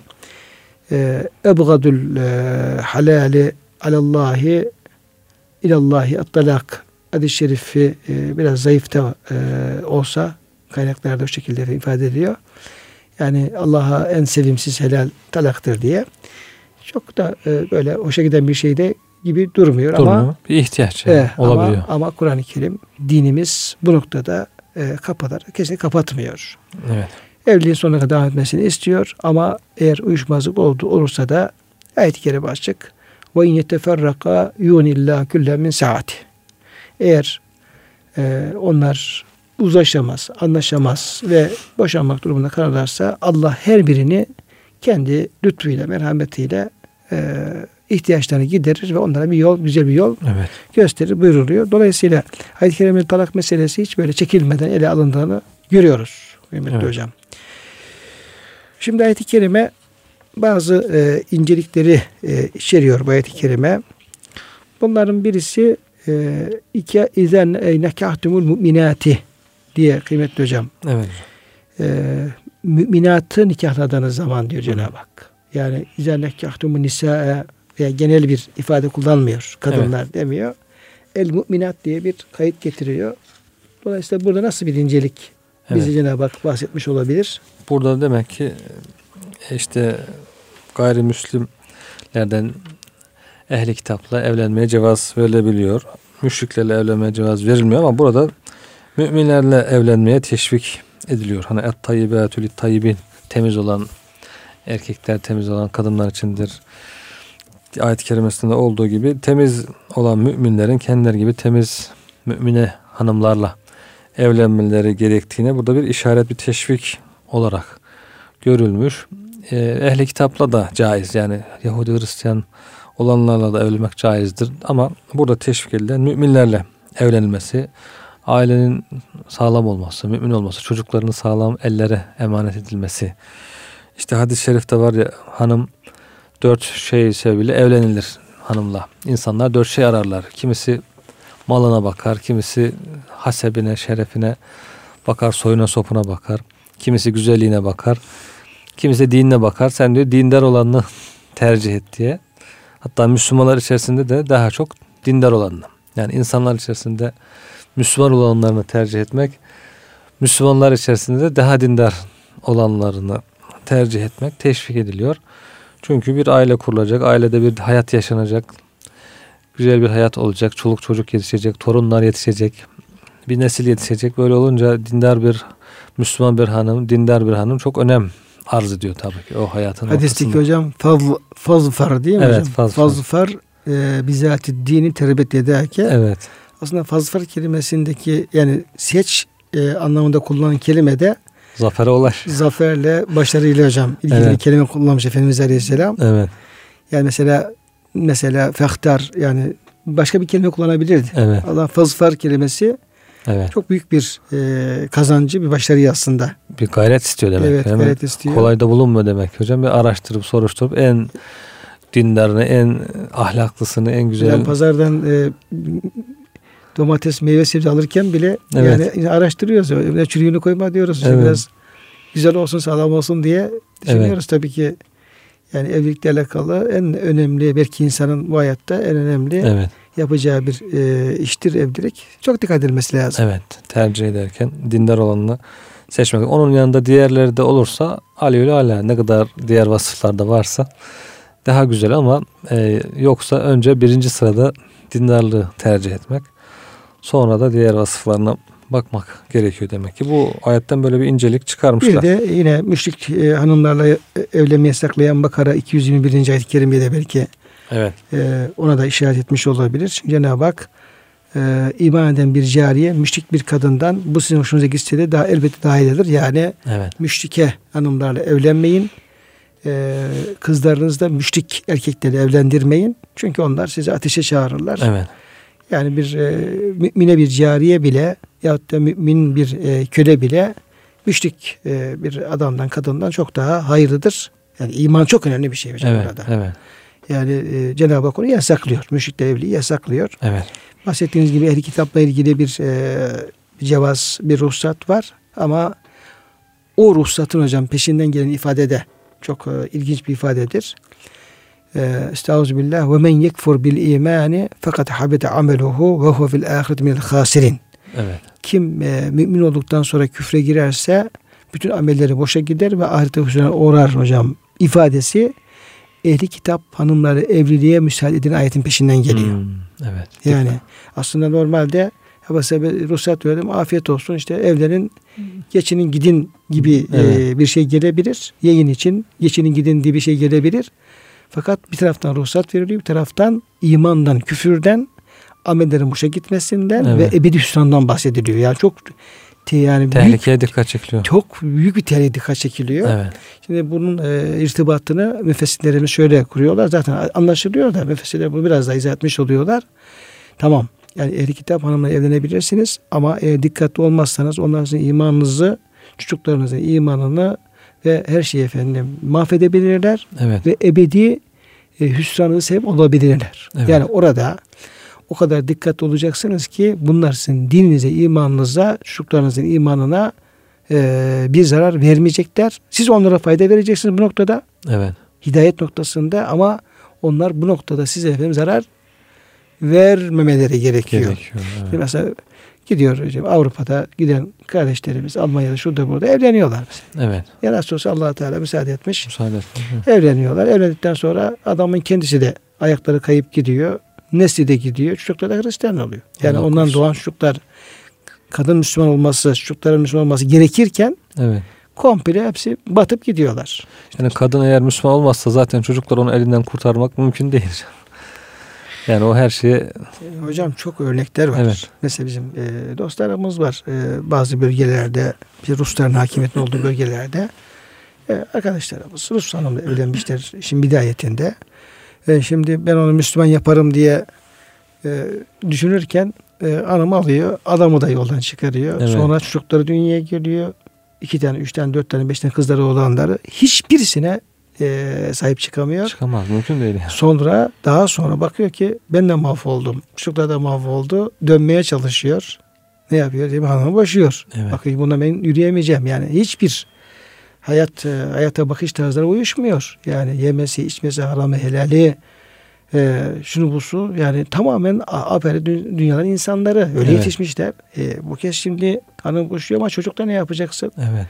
e, ebgadul e, halali alallahi ilallahi at-talak hadis-i şerifi e, biraz zayıf da e, olsa kaynaklarda o şekilde ifade ediliyor. Yani Allah'a en sevimsiz helal talaktır diye. Çok da e, böyle hoşa giden bir şey de gibi durmuyor. Durmuyor. Ama bir ihtiyaç yani, e, olabiliyor. Ama, ama Kur'an-ı Kerim dinimiz bu noktada e, kapılar kesinlikle kapatmıyor. Evet. Evliliğin sonuna kadar devam etmesini istiyor ama eğer uyuşmazlık oldu olursa da ayet-i kerime açık. Ve in yeteferraka yunillahu kullen min saati. Eğer e, onlar uzlaşamaz, anlaşamaz ve boşanmak durumunda kalırlarsa Allah her birini kendi lütfuyla, merhametiyle e, ihtiyaçlarını giderir ve onlara bir yol, güzel bir yol evet. gösterir buyruluyor. Dolayısıyla ayet-i kerimenin talak meselesi hiç böyle çekilmeden ele alındığını görüyoruz. Kıymetli evet. hocam. Şimdi ayet-i kerime bazı e, incelikleri e, içeriyor bu ayet-i kerime. Bunların birisi e, iki izen nekahtumul mu'minati diye kıymetli hocam. Evet. E, müminatı nikahladığınız zaman diyor Cenab-ı Hak. Yani izen nekahtumun nisa'e veya genel bir ifade kullanmıyor. Kadınlar evet. demiyor. El mu'minat diye bir kayıt getiriyor. Dolayısıyla burada nasıl bir incelik evet. bize Cenab-ı Hak bahsetmiş olabilir? Burada demek ki işte gayrimüslimlerden ehli kitapla evlenmeye cevaz verilebiliyor. Müşriklerle evlenmeye cevaz verilmiyor ama burada müminlerle evlenmeye teşvik ediliyor. Hani et tayyibâtü lit tayyibin, temiz olan erkekler temiz olan kadınlar içindir. Ayet-i kerimesinde olduğu gibi temiz olan müminlerin kendileri gibi temiz mümine hanımlarla evlenmeleri gerektiğine burada bir işaret, bir teşvik olarak görülmüş. Ee, ehli kitapla da caiz, yani Yahudi Hristiyan olanlarla da evlenmek caizdir. Ama burada teşvik edilen müminlerle evlenilmesi, ailenin sağlam olması, mümin olması, çocuklarının sağlam ellere emanet edilmesi. İşte hadis-i şerifte var ya, hanım dört şey sebebiyle evlenilir hanımla. İnsanlar dört şey ararlar. Kimisi malına bakar, kimisi hasebine, şerefine bakar, soyuna sopuna bakar. Kimisi güzelliğine bakar, kimisi dinine bakar. Sen diyor dindar olanını tercih et diye. Hatta Müslümanlar içerisinde de daha çok dindar olanını. Yani insanlar içerisinde Müslüman olanlarını tercih etmek, Müslümanlar içerisinde de daha dindar olanlarını tercih etmek teşvik ediliyor. Çünkü bir aile kurulacak, ailede bir hayat yaşanacak, güzel bir hayat olacak, çoluk çocuk yetişecek, torunlar yetişecek, bir nesil yetişecek. Böyle olunca dindar bir Müslüman bir hanım, dindar bir hanım çok önem arz ediyor tabii ki o hayatın ortasında. Hadisteki hocam faz, fazfar değil mi evet, hocam? Fazfar. Fazfar e, bizati dini terbiyet ederken evet. aslında fazfar kelimesindeki yani seç e, anlamında kullanılan kelimede zafere ulaş. Zaferle, başarıyla hocam ilgili evet. bir kelime kullanmış Efendimiz Aleyhisselam. Evet. Yani mesela mesela fehtar, yani başka bir kelime kullanabilirdi. Evet. Allah fazfar kelimesi evet. çok büyük bir e, kazancı, bir başarı aslında. Bir gayret istiyor demek. Evet, Hemen gayret istiyor. kolay da bulunmuyor demek hocam. Bir araştırıp soruşturup en dindarını, en ahlaklısını, en güzel. Yani pazardan e, domates, meyve sebze alırken bile evet. yani araştırıyoruz. Öyle çürüğünü koyma diyoruz. İşte evet. Biraz güzel olsun, sağlam olsun diye düşünüyoruz. Evet. Tabii ki yani evlilikle alakalı en önemli, belki insanın bu hayatta en önemli evet. yapacağı bir e, iştir evlilik. Çok dikkat edilmesi lazım. Evet. Tercih ederken dindar olanını seçmek. Onun yanında diğerleri de olursa aleyhül ala, ne kadar diğer vasıflarda varsa daha güzel, ama e, yoksa önce birinci sırada dindarlığı tercih etmek. Sonra da diğer vasıflarına bakmak gerekiyor demek ki. Bu ayetten böyle bir incelik çıkarmışlar. Bir de yine müşrik e, hanımlarla evlenmeyi yasaklayan Bakara iki yüz yirmi birinci ayet-i kerimede belki evet. e, ona da işaret etmiş olabilir. Çünkü Cenab-ı Hak e, iman eden bir cariye müşrik bir kadından bu sizin hoşunuza gitse de daha elbette dahil edilir. Yani evet. müşrike hanımlarla evlenmeyin. E, kızlarınızı da müşrik erkekleri evlendirmeyin. Çünkü onlar sizi ateşe çağırırlar. Evet. Yani bir e, mümine bir cariye bile yahut da mümin bir e, köle bile müşrik e, bir adamdan, kadından çok daha hayırlıdır. Yani iman çok önemli bir şey hocam evet, burada. Evet. Yani e, Cenab-ı Hak onu yasaklıyor. Müşrikle evliliği yasaklıyor. Evet. Bahsettiğiniz gibi ehli kitapla ilgili bir e, cevaz, bir ruhsat var. Ama o ruhsatın hocam peşinden gelen ifadede çok e, ilginç bir ifadedir. Estağfirullah ve men yekfur bil imani fakat habite ameluhu ve huve fil ahireti minel hasirin. Evet. Kim e, mümin olduktan sonra küfre girerse bütün amelleri boşa gider ve ahirete hüsrana uğrar hocam ifadesi ehli kitap hanımları evliliğe müsaade edilen ayetin peşinden geliyor. Hmm, evet. Yani değil aslında normalde ruhsat verdim, afiyet olsun, işte evlenin, geçinin gidin gibi evet. e, bir şey gelebilir. Yayın için geçinin gidin diye bir şey gelebilir. Fakat bir taraftan ruhsat veriliyor, bir taraftan imandan, küfürden, amellerin boşa gitmesinden evet. ve ebedi hüsrandan bahsediliyor. Yani çok te, yani tehlikeye dikkat çekiliyor. Çok büyük bir tehlikeye dikkat çekiliyor. Evet. Şimdi bunun e, irtibatını müfessirlerimiz şöyle kuruyorlar. Zaten anlaşılıyor da müfessirler bunu biraz daha izah etmiş oluyorlar. Tamam. Yani ehli kitap hanımla evlenebilirsiniz ama eğer dikkatli olmazsanız onların sizin imanınızı, çocuklarınızın imanını ve her şeyi efendim mahvedebilirler evet. ve ebedi e, hüsranı sebep olabilirler. Evet. Yani orada o kadar dikkatli olacaksınız ki bunlar sizin dininize, imanınıza, çocuklarınızın imanına e, bir zarar vermeyecekler. Siz onlara fayda vereceksiniz bu noktada. Evet. Hidayet noktasında, ama onlar bu noktada size efendim zarar vermemeleri gerekiyor. gerekiyor evet. Mesela gidiyor hocam Avrupa'da giden kardeşlerimiz Almanya'da şurada burada evleniyorlar mesela. Evet. Ya nasıl olsa Allah Teala müsaade etmiş. Müsaade etmiş. Evleniyorlar. Evlendikten sonra adamın kendisi de ayakları kayıp gidiyor. Nesli de gidiyor. Çocuklar da Hristiyan oluyor. Yani Allah ondan korusun. Doğan çocuklar kadın Müslüman olması, çocukların Müslüman olması gerekirken evet. komple hepsi batıp gidiyorlar. Yani kadın eğer Müslüman olmazsa zaten çocuklar onu elinden kurtarmak mümkün değil. Yani o her şeye... Hocam çok örnekler var. Evet. Mesela bizim e, dostlarımız var. E, bazı bölgelerde, bir Rusların hakimiyetinin olduğu bölgelerde e, arkadaşlarımız Rus hanımla evlenmişler işin bidayetinde. E, şimdi ben onu Müslüman yaparım diye e, düşünürken e, hanım alıyor, adamı da yoldan çıkarıyor. Evet. Sonra çocukları dünyaya geliyor. İki tane, üç tane, dört tane, beş tane kızları olanları hiçbirisine e, sahip çıkamıyor. Çıkamaz. Mümkün değil. Yani. Sonra daha sonra bakıyor ki ben de mahvoldum. Çocuklar da mahvoldu. Dönmeye çalışıyor. Ne yapıyor? Değil mi? Hanımı boşuyor. Evet. Bakıyor buna ben yürüyemeyeceğim. Yani hiçbir hayat e, hayata bakış tarzları uyuşmuyor. Yani yemesi, içmesi, haramı, helali, e, şunu busu yani tamamen aperi dünyanın insanları. Öyle evet. yetişmişler. E, bu kez şimdi hanım boşuyor ama çocukta ne yapacaksın? Evet.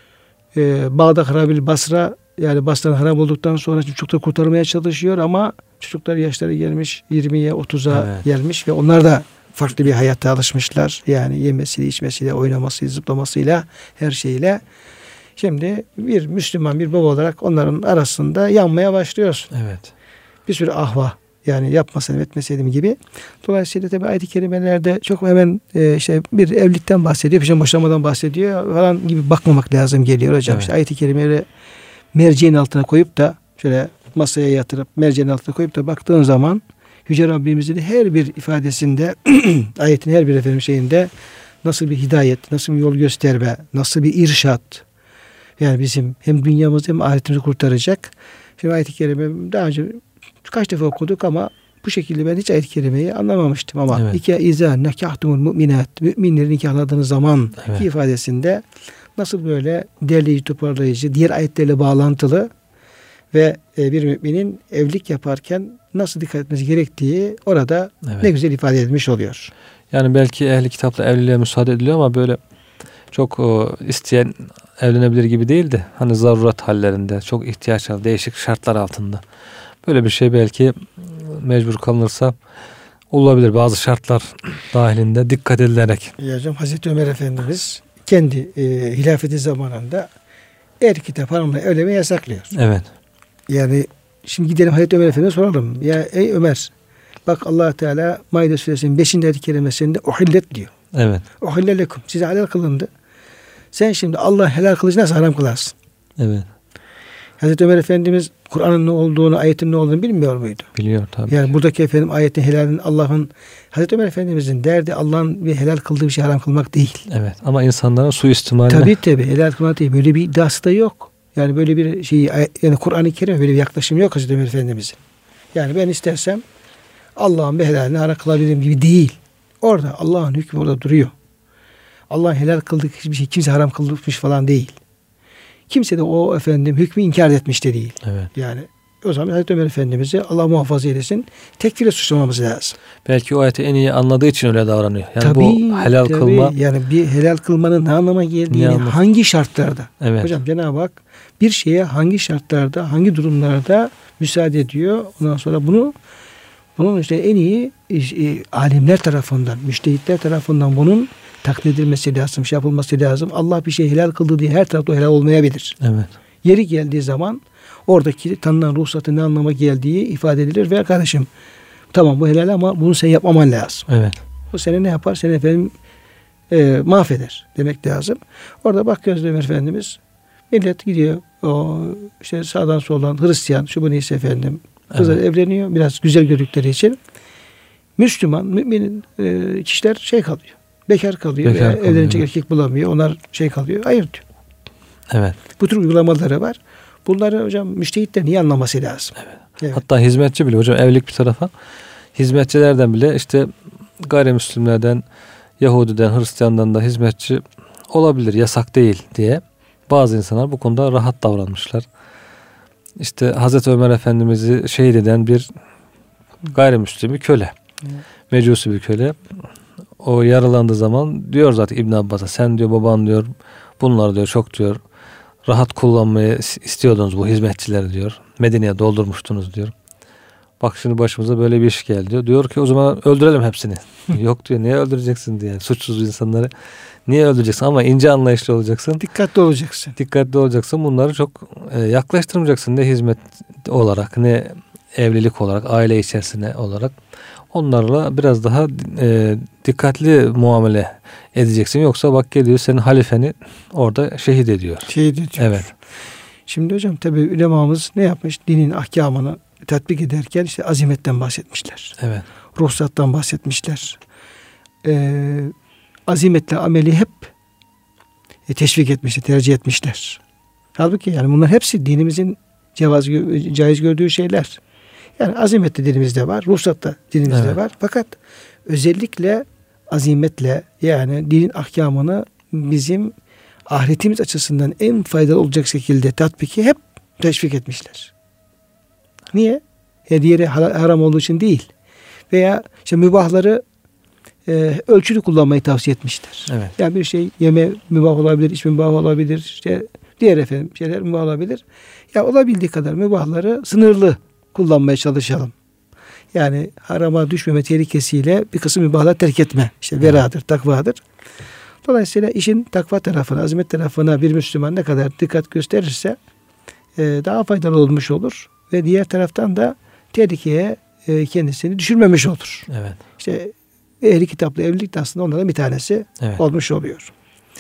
E, Bağdat Harabil Basra yani Basra'nın harap olduktan sonra çocukları kurtarmaya çalışıyor ama çocuklar yaşları gelmiş yirmiye otuza evet. gelmiş ve onlar da farklı bir hayata alışmışlar. Yani yemesiyle, içmesiyle, oynamasıyla, zıplamasıyla, her şeyle. Şimdi bir Müslüman bir baba olarak onların arasında yanmaya başlıyorsun. Evet. Bir sürü ahva yani yapmasaydım etmeseydim gibi. Dolayısıyla tabi ayet-i kerimelerde çok hemen e, işte bir evlilikten bahsediyor, bir boşanmadan bahsediyor falan gibi bakmamak lazım geliyor hocam. Evet. İşte ayet-i kerimeleri merceğin altına koyup da şöyle masaya yatırıp merceğin altına koyup da baktığın zaman Yüce Rabbimizin her bir ifadesinde ayetin her bir efendim şeyinde nasıl bir hidayet, nasıl bir yol gösterme, nasıl bir irşat yani bizim hem dünyamızı hem ahiretimizi kurtaracak. Şimdi ayet-i kerime daha önce kaç defa okuduk ama bu şekilde ben hiç ayet-i kerimeyi anlamamıştım ama evet. İki izâ nekahtumul mu'minat müminleri nikahladığınız zaman evet. iki ifadesinde nasıl böyle derleyici, toparlayıcı, diğer ayetlerle bağlantılı ve bir müminin evlilik yaparken nasıl dikkat etmesi gerektiği orada evet. ne güzel ifade edilmiş oluyor. Yani belki ehli kitapla evliliğe müsaade ediliyor ama böyle çok o, isteyen evlenebilir gibi değil de hani zaruret hallerinde, çok ihtiyaçlar, değişik şartlar altında. Böyle bir şey belki mecbur kalınırsa olabilir bazı şartlar dahilinde dikkat edilerek. Ya hocam Hazreti Ömer Efendimiz kendi e, hilafeti zamanında er kitap hanımla evlenmeyi yasaklıyor. Evet. Yani şimdi gidelim Hazreti Ömer Efendimiz'e soralım. Ya ey Ömer bak Allah Teala Maide Suresinin beşinci ayet-i kerimesinde uhillet diyor. Evet. Uhille lekum. Size helal kılındı. Sen şimdi Allah helal kılıcı nasıl haram kılarsın? Evet. Hazreti Ömer Efendimiz Kur'an'ın ne olduğunu, ayetin ne olduğunu bilmiyor muydu? Biliyor tabii. Yani buradaki efendim ayetin helalin Allah'ın Hazreti Ömer Efendimizin derdi Allah'ın bir helal kıldığı bir şey haram kılmak değil. Evet. Ama insanların suistimaline. Tabii tabii helal kılmak değil. Böyle bir iddiası da yok. Yani böyle bir şey yani Kur'an-ı Kerim böyle bir yaklaşım yok Hazreti Ömer Efendimizin. Yani ben istersem Allah'ın bir helalini haram kılabilirim gibi değil. Orada Allah'ın hükmü orada duruyor. Allah'ın helal kıldığı hiçbir şey kimse haram kılmış falan değil. Kimse de o efendim hükmü inkar etmiş de değil. Evet. Yani o zaman Hazreti Ömer Efendimiz'i Allah muhafaza eylesin tekfirle suçlamamız lazım. Belki o ayeti en iyi anladığı için öyle davranıyor. Yani tabii, bu helal tabii. kılma. Yani bir helal kılmanın ne anlama geldiğini, Ne anlam- hangi şartlarda. Evet. Hocam Cenab-ı Hak bir şeye hangi şartlarda, hangi durumlarda müsaade ediyor. Ondan sonra bunu bunun işte en iyi e, alimler tarafından, müştehitler tarafından bunun takdir edilmesi lazım, şey yapılması lazım. Allah bir şey helal kıldı diye her tarafta helal olmayabilir. Evet. Yeri geldiği zaman oradaki tanınan ruhsatın ne anlama geldiği ifade edilir ve kardeşim tamam bu helal ama bunu sen yapmaman lazım. Evet. Bu seni ne yapar? Seni efendim e, mahveder demek lazım. Orada bakıyoruz Ömer Efendimiz millet gidiyor o işte sağdan soldan Hristiyan şu bu neyse efendim kızlar evet. evleniyor biraz güzel gördükleri için Müslüman müminin e, kişiler şey kalıyor. Bekar kalıyor. Bekar kalıyor. Evlenecek erkek bulamıyor. Onlar şey kalıyor. Hayır diyor. Evet. Bu tür uygulamaları var. Bunları hocam müştehitler niye anlaması lazım? Evet. Evet. Hatta hizmetçi bile hocam evlilik bir tarafa hizmetçilerden bile işte gayrimüslimlerden, Yahudiden, Hristiyandan da hizmetçi olabilir. Yasak değil diye bazı insanlar bu konuda rahat davranmışlar. İşte Hazreti Ömer Efendimiz'i şehit eden bir gayrimüslim bir köle. Evet. Mecusi bir köle. O yaralandığı zaman diyor zaten İbn Abbas'a sen diyor baban diyor bunlar diyor çok diyor rahat kullanmayı istiyordunuz bu hizmetçileri diyor. Medine'ye doldurmuştunuz diyor. Bak şimdi başımıza böyle bir iş geldi diyor. Diyor ki o zaman öldürelim hepsini. Yok diyor, niye öldüreceksin diye. Suçsuz insanları niye öldüreceksin, ama ince anlayışlı olacaksın. Dikkatli olacaksın. Dikkatli olacaksın. Bunları çok e, yaklaştırmayacaksın. Ne hizmet olarak, ne evlilik olarak, aile içerisinde olarak. Onlarla biraz daha e, dikkatli muamele edeceksin. Yoksa bak geliyor senin halifeni orada şehit ediyor. Şehit ediyor. Evet. Şimdi hocam tabi ulemamız ne yapmış? Dinin ahkamını tatbik ederken işte azimetten bahsetmişler. Evet. Ruhsattan bahsetmişler. Ee, azimetle ameli hep e, teşvik etmişler, tercih etmişler. Halbuki yani bunlar hepsi dinimizin cevaz, caiz gördüğü şeyler. Yani azimet de dinimizde var, ruhsat da dinimizde Evet. var. Fakat özellikle azimetle, yani dinin ahkamını bizim ahiretimiz açısından en faydalı olacak şekilde tatbiki hep teşvik etmişler. Niye? Ya diğeri haram olduğu için değil. Veya işte mübahları e, ölçülü kullanmayı tavsiye etmişler. Evet. Yani bir şey yeme mübah olabilir, içme mübah olabilir, işte diğer efendim şeyler mübah olabilir. Ya olabildiği kadar mübahları sınırlı kullanmaya çalışalım. Yani harama düşmeme tehlikesiyle bir kısım mübahları terk etme. İşte veradır, takvadır. Dolayısıyla işin takva tarafına, azimet tarafına bir Müslüman ne kadar dikkat gösterirse e, daha faydalı olmuş olur. Ve diğer taraftan da tehlikeye e, kendisini düşürmemiş olur. Evet. İşte ehli kitaplı evlilik de aslında onlardan bir tanesi Evet. olmuş oluyor.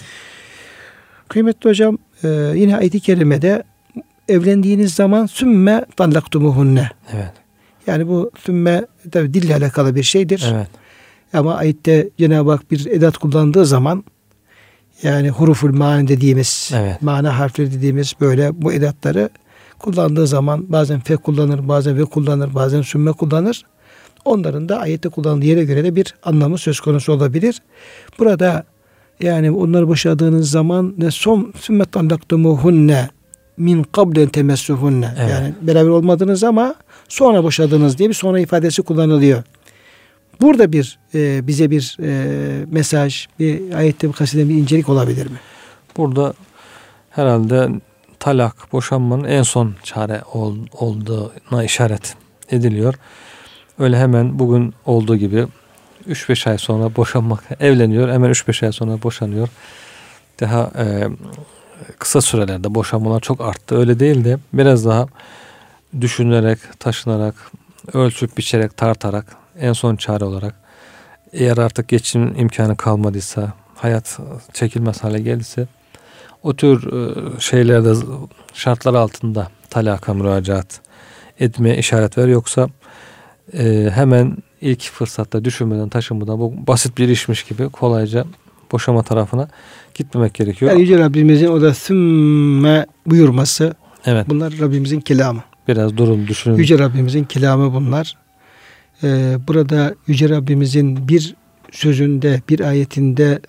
Kıymetli hocam, e, yine ayet-i kerimede evlendiğiniz zaman sümme tallaktumuhunne. Evet. Yani bu sümme tabi dille alakalı bir şeydir. Evet. Ama ayette Cenab-ı Hak bir edat kullandığı zaman, yani huruful mani dediğimiz, Evet. mana harfleri dediğimiz böyle bu edatları kullandığı zaman bazen fe kullanır, bazen ve kullanır, bazen sümme kullanır. Onların da ayette kullandığı yere göre de bir anlamı söz konusu olabilir. Burada yani onları boşadığınız zaman ne son sümme tallaktumuhunne min kablen temessuhunne. Evet. Yani beraber olmadınız ama sonra boşadınız diye bir sonra ifadesi kullanılıyor. Burada bir e, bize bir e, mesaj, bir ayette bir kasiden bir incelik olabilir mi? Burada herhalde talak, boşanmanın en son çare ol, olduğuna işaret ediliyor. Öyle hemen bugün olduğu gibi üç beş ay sonra boşanmak, evleniyor, hemen üç beş ay sonra boşanıyor. Daha e, kısa sürelerde boşanmalar çok arttı. Öyle değil de biraz daha düşünerek, taşınarak, ölçüp biçerek, tartarak en son çare olarak, eğer artık geçim imkanı kalmadıysa, hayat çekilmez hale geldiyse o tür şeylerde, şartlar altında talaka müracaat etmeye işaret ver. Yoksa e, hemen ilk fırsatta düşünmeden, taşınmadan bu basit bir işmiş gibi kolayca boşama tarafına gitmemek gerekiyor. Yani Yüce Rabbimizin o da sümme buyurması, Evet. bunlar Rabbimizin kelamı. Biraz durun, düşünün. Yüce Rabbimizin kelamı bunlar. Ee, burada Yüce Rabbimizin bir sözünde, bir ayetinde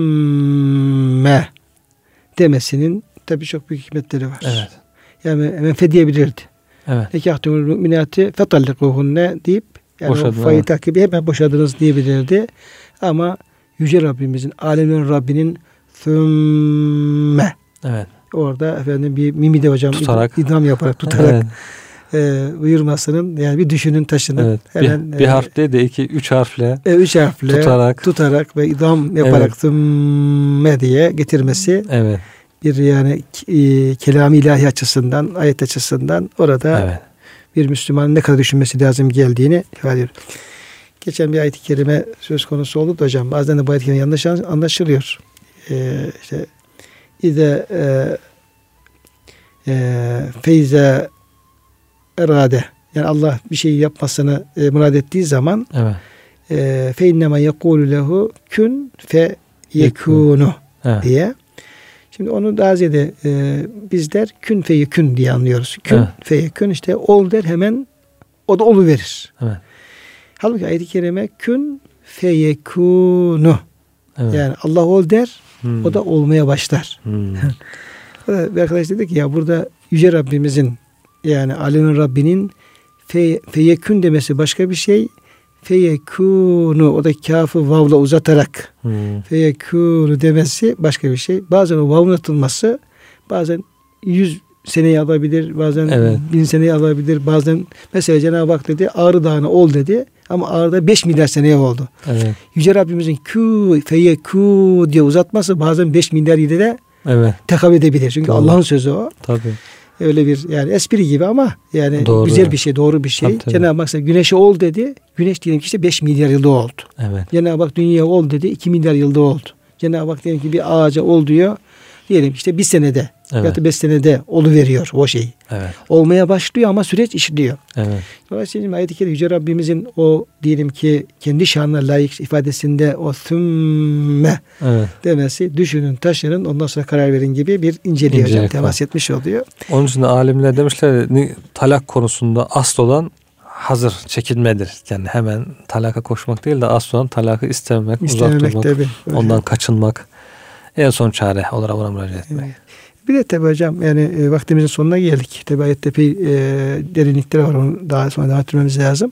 sümme demesinin tabii çok büyük hikmetleri var. Evet. Yani menfe diyebilirdi. Evet. Nekâhtumul müminâti fetallikuhunne deyip yani Boşadın, o fayı evet. takibi hemen boşadınız diyebilirdi. Ama Yüce Rabbimizin, alemlerin Rabbinin sümme, Evet. orada efendim bir mimide hocam Tutarak. idam yaparak tutarak Evet. e, buyurmasının, yani bir düşünün taşının Evet. hemen bir, bir e, harf değil de iki, üç harfle e, üç harfle tutarak. tutarak ve idam yaparak Evet. sümme diye getirmesi Evet. bir yani e, kelam-ı ilahi açısından, ayet açısından orada Evet. bir Müslümanın ne kadar düşünmesi lazım geldiğini ifade ediyor. Geçen bir ayet-i kerime söz konusu oldu da hocam. Bazen de bu ayet-i kerime yanlış anlaşılıyor. Ee, işte İze e, e, feyze erade, yani Allah bir şeyi yapmasını e, murad ettiği zaman Evet. e, fe innema yekulu lehu kun fe yekunu Evet. diye. Şimdi onu daha ziyade e, bizler kün fe yekun diye anlıyoruz. Kün Evet. fe yekun, işte ol der hemen o da oluverir. Evet. Halbuki ayet-i kerime kün feyekunu. Evet. Yani Allah ol der, Hmm. o da olmaya başlar. Hmm. O da bir arkadaş dedi ki ya burada Yüce Rabbimizin, yani alemin Rabbinin fe, feyekün demesi başka bir şey. Feyekunu, o da kafı vavla uzatarak Hmm. feyekunu demesi başka bir şey. Bazen o vavun atılması, bazen yüz seneyi alabilir, bazen evet. bin seneyi alabilir, bazen mesela Cenab-ı Hak dedi Ağrı Dağı'na ol dedi ama Ağrı'da beş milyar seneye oldu. Evet. Yüce Rabbimizin kü feye kü diye uzatması bazen beş milyar yılda de evet. tekabül edebilir. Çünkü Doğru. Allah'ın sözü o. Tabii. Öyle bir yani espri gibi ama yani doğru, güzel evet. bir şey, doğru bir şey. Tabii, tabii. Cenab-ı Hak güneşe ol dedi. Güneş diyelim ki işte beş milyar yılda oldu. Evet. Cenab-ı Hak dünyaya ol dedi. iki milyar yılda oldu. Cenab-ı Hak diyelim ki bir ağaca ol diyor. Diyelim işte bir senede evet. ya da beş senede oluveriyor o şey. Evet. Olmaya başlıyor ama süreç işliyor. Evet. Dolayısıyla ayet-i kerime Yüce Rabbimizin o diyelim ki kendi şanına layık ifadesinde o thümme evet. demesi düşünün, taşının ondan sonra karar verin gibi bir inceliğe hocam temas etmiş oluyor. Onun için de alimler demişler talak konusunda asıl olan hazır çekinmedir. Yani hemen talaka koşmak değil de asıl olan talakı istememek, İstememek uzak durmak, tabii, ondan kaçınmak. En son çare olarak ona müracaat etmek. Evet. Bir de tabi hocam yani e, vaktimizin sonuna geldik. Tabi ayette epey e, derinlikleri var. Onu daha sonra devam etmemiz lazım.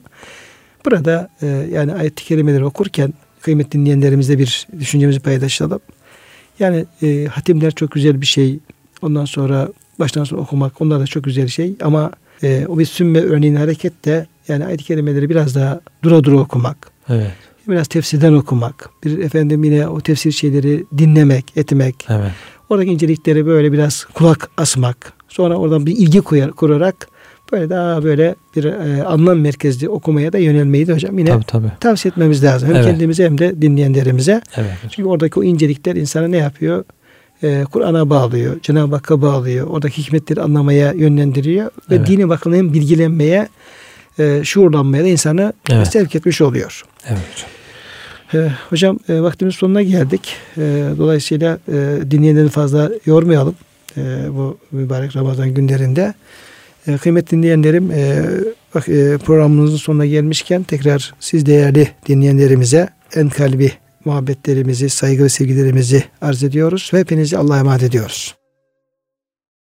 Burada e, yani ayet-i kerimeleri okurken kıymetli dinleyenlerimizle bir düşüncemizi paylaşalım. Yani e, hatimler çok güzel bir şey. Ondan sonra baştan sona okumak onlar da çok güzel bir şey. Ama e, o bir sümme örneğin hareketle yani ayet-i kerimeleri biraz daha dura dura okumak. Evet. Biraz tefsirden okumak. Bir efendim yine o tefsir şeyleri dinlemek, etmek. Evet. Oradaki incelikleri böyle biraz kulak asmak. Sonra oradan bir ilgi kurarak böyle daha böyle bir e, anlam merkezli okumaya da yönelmeyi de hocam yine tabii, tabii. tavsiye etmemiz lazım. Hem evet. kendimize hem de dinleyenlerimize. Evet. Çünkü oradaki o incelikler insana ne yapıyor? Ee, Kur'an'a bağlıyor, Cenab-ı Hakk'a bağlıyor. Oradaki hikmetleri anlamaya yönlendiriyor. Ve evet. dini bakımından hem bilgilenmeye, e, şuurlanmaya da insanı evet. sevk etmiş oluyor. Evet hocam. Ee, hocam e, vaktimiz sonuna geldik. E, dolayısıyla e, dinleyenleri fazla yormayalım e, bu mübarek Ramazan günlerinde. E, kıymetli dinleyenlerim, e, bak, e, programımızın sonuna gelmişken tekrar siz değerli dinleyenlerimize en kalbi muhabbetlerimizi, saygı ve sevgilerimizi arz ediyoruz ve hepinizi Allah'a emanet ediyoruz.